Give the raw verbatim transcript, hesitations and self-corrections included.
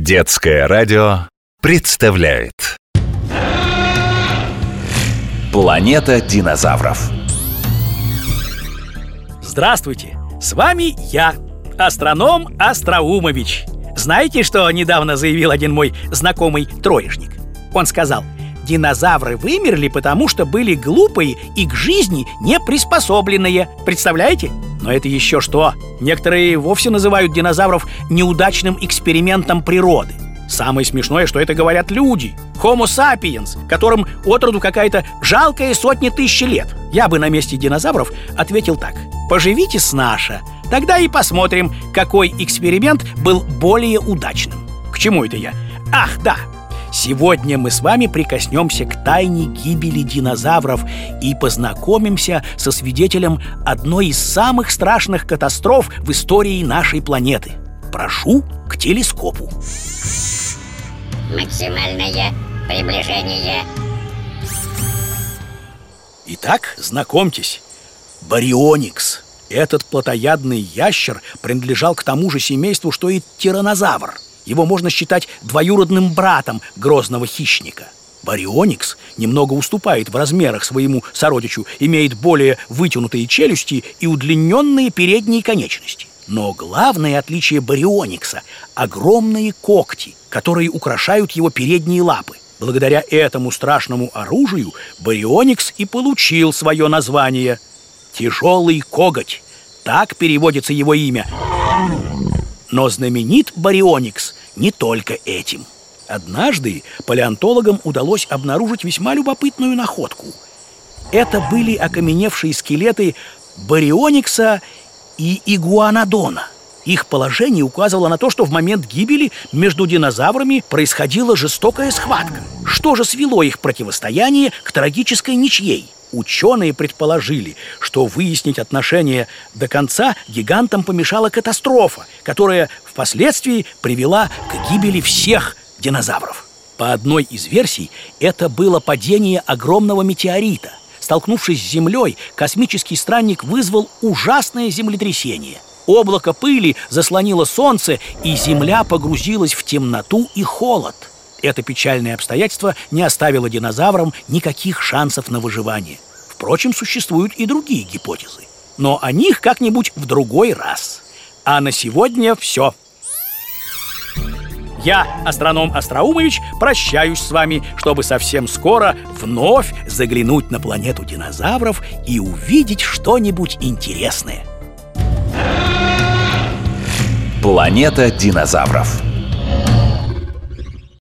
Детское радио представляет Планета динозавров. Здравствуйте, с вами я, астроном Остроумович. Знаете, что недавно заявил один мой знакомый троечник? Он сказал: динозавры вымерли, потому что были глупые и к жизни не приспособленные. Представляете? Но это еще что? Некоторые вовсе называют динозавров неудачным экспериментом природы. Самое смешное, что это говорят люди, Homo sapiens, которым от роду какая-то жалкая сотня тысяч лет. Я бы на месте динозавров ответил так: поживите с наша, тогда и посмотрим, какой эксперимент был более удачным. К чему это я? Ах, да! Сегодня мы с вами прикоснемся к тайне гибели динозавров и познакомимся со свидетелем одной из самых страшных катастроф в истории нашей планеты. Прошу к телескопу. Максимальное приближение. Итак, знакомьтесь, Барионикс. Этот плотоядный ящер принадлежал к тому же семейству, что и тираннозавр. Его можно считать двоюродным братом грозного хищника. Барионикс немного уступает в размерах своему сородичу, имеет более вытянутые челюсти и удлиненные передние конечности. Но главное отличие Барионикса – огромные когти, которые украшают его передние лапы. Благодаря этому страшному оружию Барионикс и получил свое название – «Тяжелый коготь». Так переводится его имя. Но знаменит Барионикс не только этим. Однажды палеонтологам удалось обнаружить весьма любопытную находку. Это были окаменевшие скелеты Барионикса и игуанодона. Их положение указывало на то, что в момент гибели между динозаврами происходила жестокая схватка. Что же свело их противостояние к трагической ничьей? Ученые предположили, что выяснить отношения до конца гигантам помешала катастрофа, которая впоследствии привела к гибели всех динозавров. По одной из версий, это было падение огромного метеорита. Столкнувшись с Землей, космический странник вызвал ужасное землетрясение. Облако пыли заслонило солнце, и Земля погрузилась в темноту и холод. Это печальное обстоятельство не оставило динозаврам никаких шансов на выживание. Впрочем, существуют и другие гипотезы, но о них как-нибудь в другой раз. А на сегодня все. Я, астроном Остроумович, прощаюсь с вами, чтобы совсем скоро вновь заглянуть на планету динозавров и увидеть что-нибудь интересное. Планета динозавров.